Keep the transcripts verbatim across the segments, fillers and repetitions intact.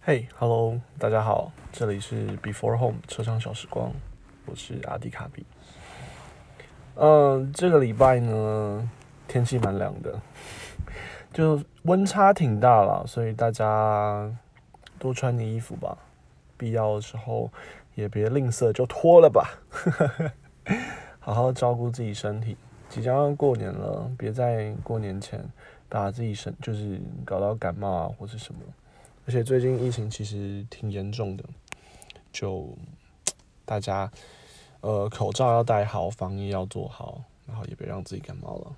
嘿、h e l l o 大家好，这里是 Before Home 车上小时光，我是阿迪卡比。嗯，这个礼拜呢，天气蛮凉的，就温差挺大啦，所以大家多穿点衣服吧，必要的时候也别吝啬，就脱了吧。好好照顾自己身体，即将要过年了，别在过年前把自己身就是搞到感冒啊或是什么。而且最近疫情其实挺严重的，就大家呃口罩要戴好，防疫要做好，然后也别让自己感冒了。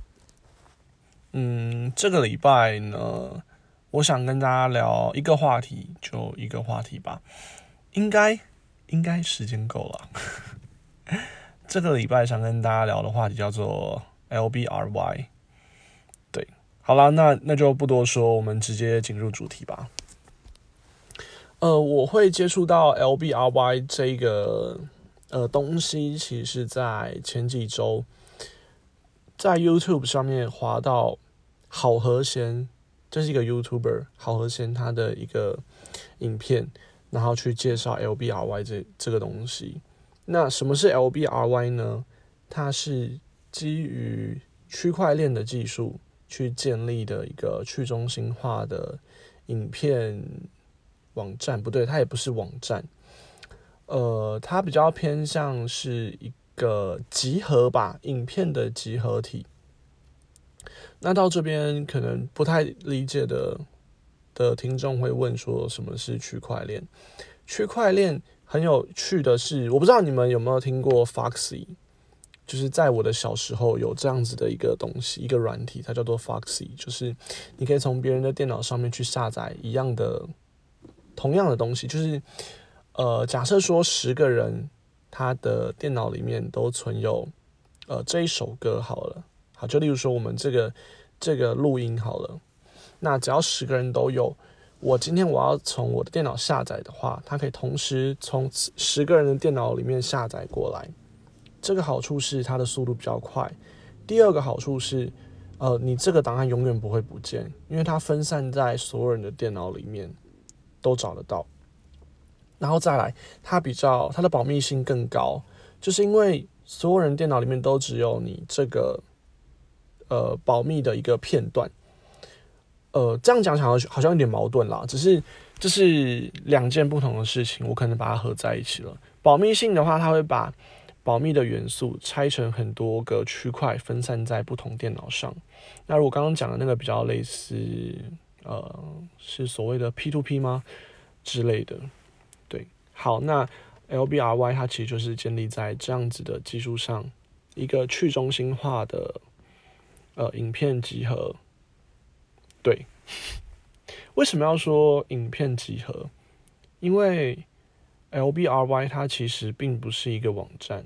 嗯，这个礼拜呢，我想跟大家聊一个话题，就一个话题吧，应该应该时间够了。这个礼拜想跟大家聊的话题叫做 L B R Y。对，好啦，那那就不多说，我们直接进入主题吧。呃，我会接触到 L B R Y 这个呃东西，其实是在前几周，在 YouTube 上面滑到好和弦，这是一个 YouTuber 好和弦他的一个影片，然后去介绍 L B R Y 这这个东西。那什么是 L B R Y 呢？它是基于区块链的技术去建立的一个去中心化的影片网站，不对，它也不是网站，呃，它比较偏向是一个集合吧，影片的集合体。那到这边可能不太理解的的听众会问说，什么是区块链？区块链很有趣的是，我不知道你们有没有听过 Foxy， 就是在我的小时候有这样子的一个东西，一个软体，它叫做 Foxy， 就是你可以从别人的电脑上面去下载一样的、同样的东西，就是呃，假设说十个人他的电脑里面都存有呃这一首歌好了，好，就例如说我们这个这个录音好了，那只要十个人都有，我今天我要从我的电脑下载的话，它可以同时从十个人的电脑里面下载过来。这个好处是它的速度比较快。第二个好处是，呃，你这个档案永远不会不见，因为它分散在所有人的电脑里面都找得到。然后再来，它比较它的保密性更高，就是因为所有人电脑里面都只有你这个呃保密的一个片段。呃，这样讲起来好像有点矛盾啦，只是这是两件不同的事情，我可能把它合在一起了。保密性的话，它会把保密的元素拆成很多个区块，分散在不同电脑上。那如果刚刚讲的那个比较类似，呃，是所谓的 P to P 吗之类的？对，好，那 L B R Y 它其实就是建立在这样子的技术上，一个去中心化的呃影片集合。对，为什么要说影片集合？因为 L B R Y 它其实并不是一个网站。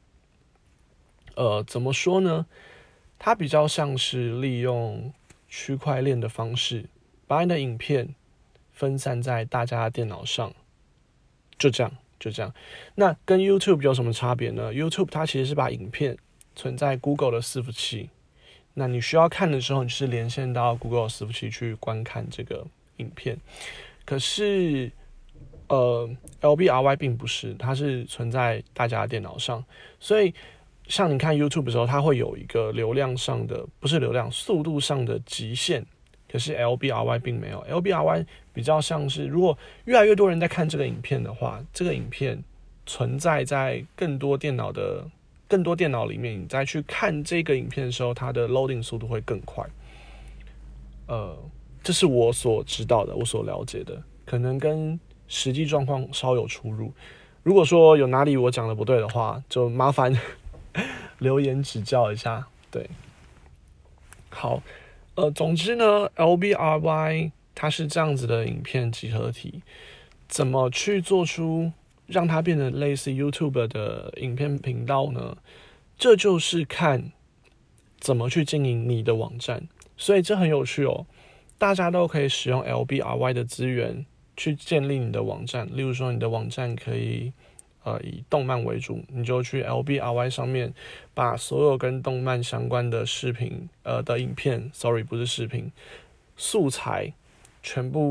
呃，怎么说呢？它比较像是利用区块链的方式，把你的影片分散在大家的电脑上，就这样，就这样。那跟 YouTube 有什么差别呢？ YouTube 它其实是把影片存在 Google 的伺服器，那你需要看的时候，你就是连线到 Google 伺服器去观看这个影片。可是，呃 ，L B R Y 并不是，它是存在大家的电脑上，所以像你看 YouTube 的时候，它会有一个流量上的，不是流量，速度上的极限。可是 L B R Y 并没有 ，L B R Y 比较像是，如果越来越多人在看这个影片的话，这个影片存在在更多电脑的更多电脑里面，你再去看这个影片的时候，它的 loading 速度会更快。呃，这是我所知道的，我所了解的，可能跟实际状况稍有出入。如果说有哪里我讲的不对的话，就麻烦留言指教一下。对，好，呃，总之呢 ，L B R Y 它是这样子的影片集合体，怎么去做出让它变得类似 YouTube 的影片频道呢？这就是看怎么去经营你的网站，所以这很有趣哦。大家都可以使用 L B R Y 的资源去建立你的网站，例如说你的网站可以呃以动漫为主，你就去 L B R Y 上面把所有跟动漫相关的视频呃的影片 ，sorry 不是视频素材全部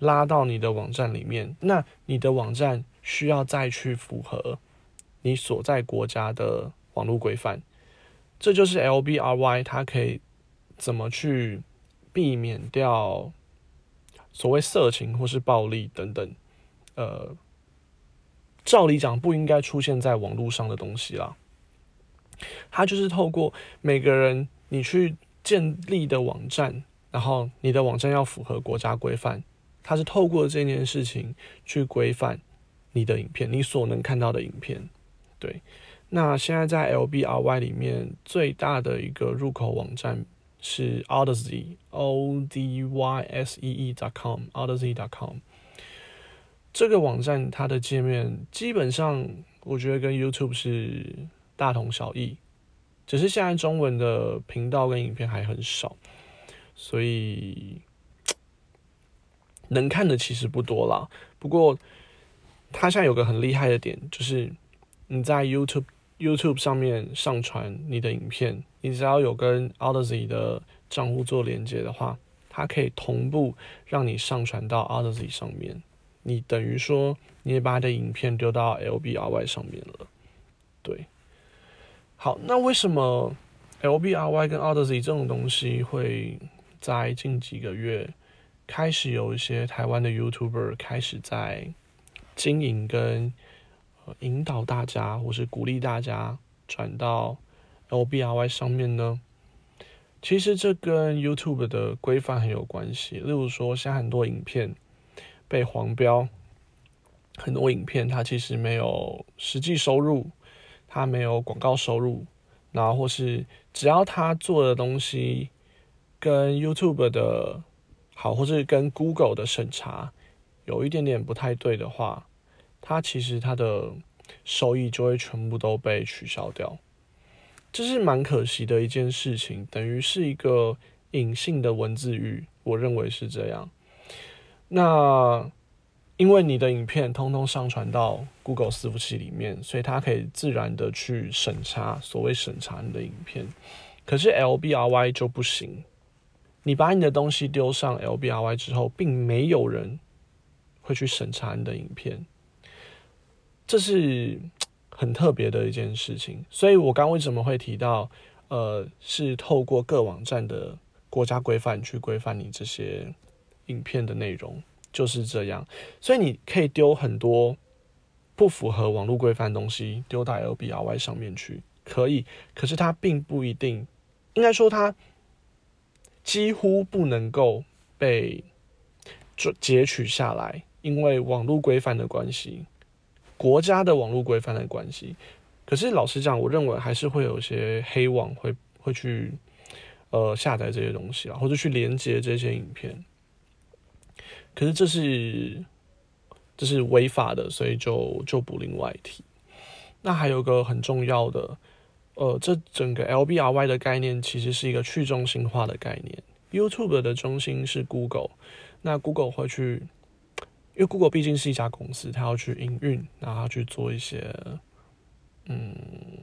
拉到你的网站里面，那你的网站需要再去符合你所在国家的网络规范。这就是 L B R Y 它可以怎么去避免掉所谓色情或是暴力等等，呃，照理讲不应该出现在网络上的东西啦。它就是透过每个人你去建立的网站，然后你的网站要符合国家规范，它是透过这件事情去规范你的影片，你所能看到的影片。对，那现在在 L B R Y 里面最大的一个入口网站是 Odyssey O D Y S E E dot com Odyssey dot com 这个网站它的界面基本上我觉得跟 YouTube 是大同小异，只是现在中文的频道跟影片还很少，所以能看的其实不多啦。不过它现在有个很厉害的点，就是你在 YouTube YouTube 上面上传你的影片，你只要有跟 Odyssey 的账户做连接的话，它可以同步让你上传到 Odyssey 上面。你等于说你也把你的影片丢到 L B R Y 上面了。对，好，那为什么 L B R Y 跟 Odyssey 这种东西会在近几个月开始有一些台湾的 YouTuber 开始在经营跟引导大家或是鼓励大家转到 L B R Y 上面呢？其实这跟 YouTube 的规范很有关系。例如说，现在很多影片被黄标，很多影片它其实没有实际收入，它没有广告收入，然后或是只要他做的东西跟 YouTube 的好，或是跟 Google 的审查有一点点不太对的话，它其实它的收益就会全部都被取消掉，这是蛮可惜的一件事情，等于是一个隐性的文字狱，我认为是这样。那因为你的影片通通上传到 Google 伺服器里面，所以它可以自然的去审查，所谓审查你的影片。可是 L B R Y 就不行，你把你的东西丢上 L B R Y 之后，并没有人会去审查你的影片，这是很特别的一件事情。所以我刚为什么会提到，呃，是透过各网站的国家规范去规范你这些影片的内容，就是这样。所以你可以丢很多不符合网络规范的东西丢到 L B R Y 上面去，可以，可是它并不一定，应该说它几乎不能够被截取下来，因为网络规范的关系，国家的网络规范的关系。可是老实讲，我认为还是会有一些黑网会会去呃下载这些东西啊，或者去连接这些影片。可是这是这是违法的，所以就就不另外提。那还有个很重要的，呃，这整个 L B R Y 的概念其实是一个去中心化的概念。YouTube 的中心是 Google， 那 Google 会去，因为 Google 毕竟是一家公司，它要去营运，然后去做一些，嗯，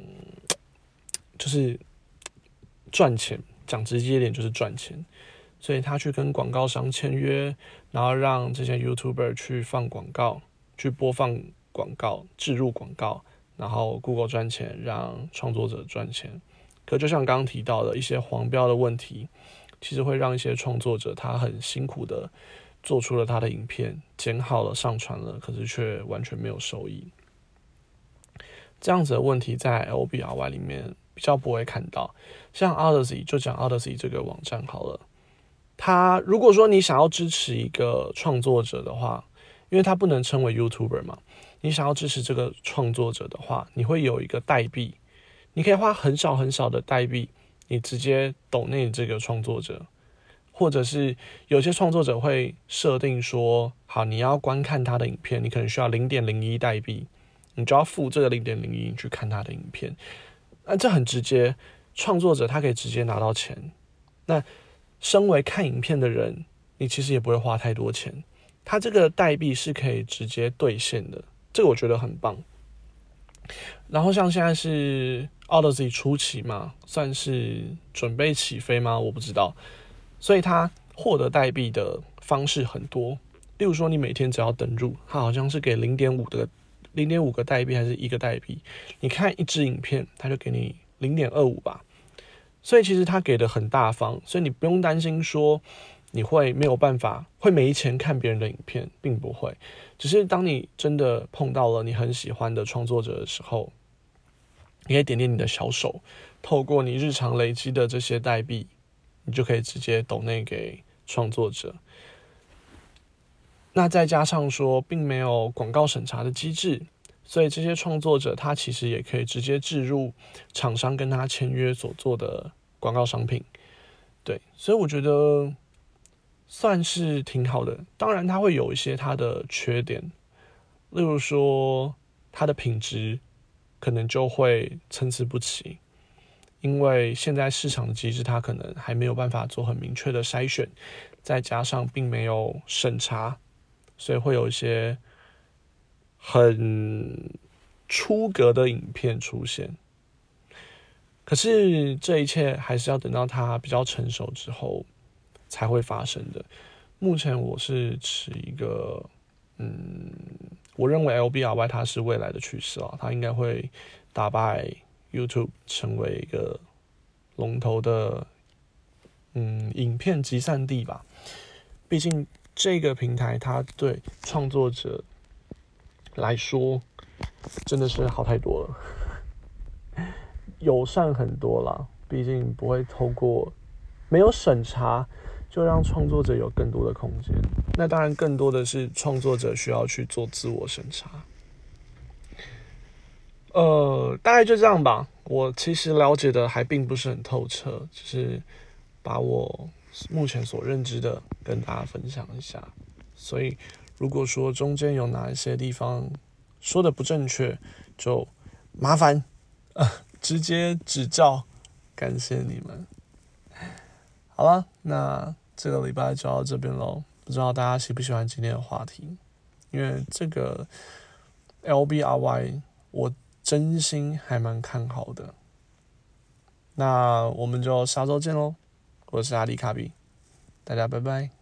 就是赚钱，讲直接一点就是赚钱。所以他去跟广告商签约，然后让这些 YouTuber 去放广告，去播放广告，置入广告，然后 Google 赚钱，让创作者赚钱。可就像刚刚提到的一些黄标的问题，其实会让一些创作者他很辛苦的做出了他的影片，剪好了上传了，可是却完全没有收益。这样子的问题在 L B R Y 里面比较不会看到。像 Odyssey， 就讲 Odyssey 这个网站好了。他如果说你想要支持一个创作者的话，因为他不能称为 YouTuber 嘛，你想要支持这个创作者的话，你会有一个代币，你可以花很少很少的代币，你直接抖内这个创作者，或者是有些创作者会设定说，好，你要观看他的影片，你可能需要 零点零一 代币，你就要付这个 零点零一 去看他的影片。那这很直接，创作者他可以直接拿到钱。那身为看影片的人，你其实也不会花太多钱，它这个代币是可以直接兑现的，这个我觉得很棒。然后像现在是 Odyssey 初期嘛，算是准备起飞吗？我不知道，所以它获得代币的方式很多， 例如说你每天只要登入，它好像是给零点五的零点五个代币还是一个代币，你看一支影片，它就给你零点二五吧。所以其实它给的很大方，所以你不用担心说你会没有办法会没钱看别人的影片，并不会。只是当你真的碰到了你很喜欢的创作者的时候，你可以点点你的小手，透过你日常累积的这些代币，你就可以直接抖内给创作者。那再加上说并没有广告审查的机制，所以这些创作者他其实也可以直接置入厂商跟他签约所做的广告商品。对，所以我觉得算是挺好的。当然它会有一些它的缺点，例如说它的品质可能就会参差不齐，因为现在市场的机制它可能还没有办法做很明确的筛选，再加上并没有审查，所以会有一些很出格的影片出现。可是这一切还是要等到它比较成熟之后才会发生的。目前我是持一个，嗯，我认为 L B R Y 它是未来的趋势啊，它应该会打败 YouTube， 成为一个龙头的，嗯，影片集散地吧。毕竟这个平台它对创作者来说真的是好太多了。友善很多啦，毕竟不会透过没有审查就让创作者有更多的空间。那当然更多的是创作者需要去做自我审查。呃，大概就这样吧。我其实了解的还并不是很透彻，只是把我目前所认知的跟大家分享一下。所以如果说中间有哪一些地方说的不正确，就麻烦呃直接指教，感谢你们。好了，那这个礼拜就到这边咯。不知道大家喜不喜欢今天的话题，因为这个 L B R Y 我真心还蛮看好的。那我们就下周见咯，我是阿里卡比，大家拜拜。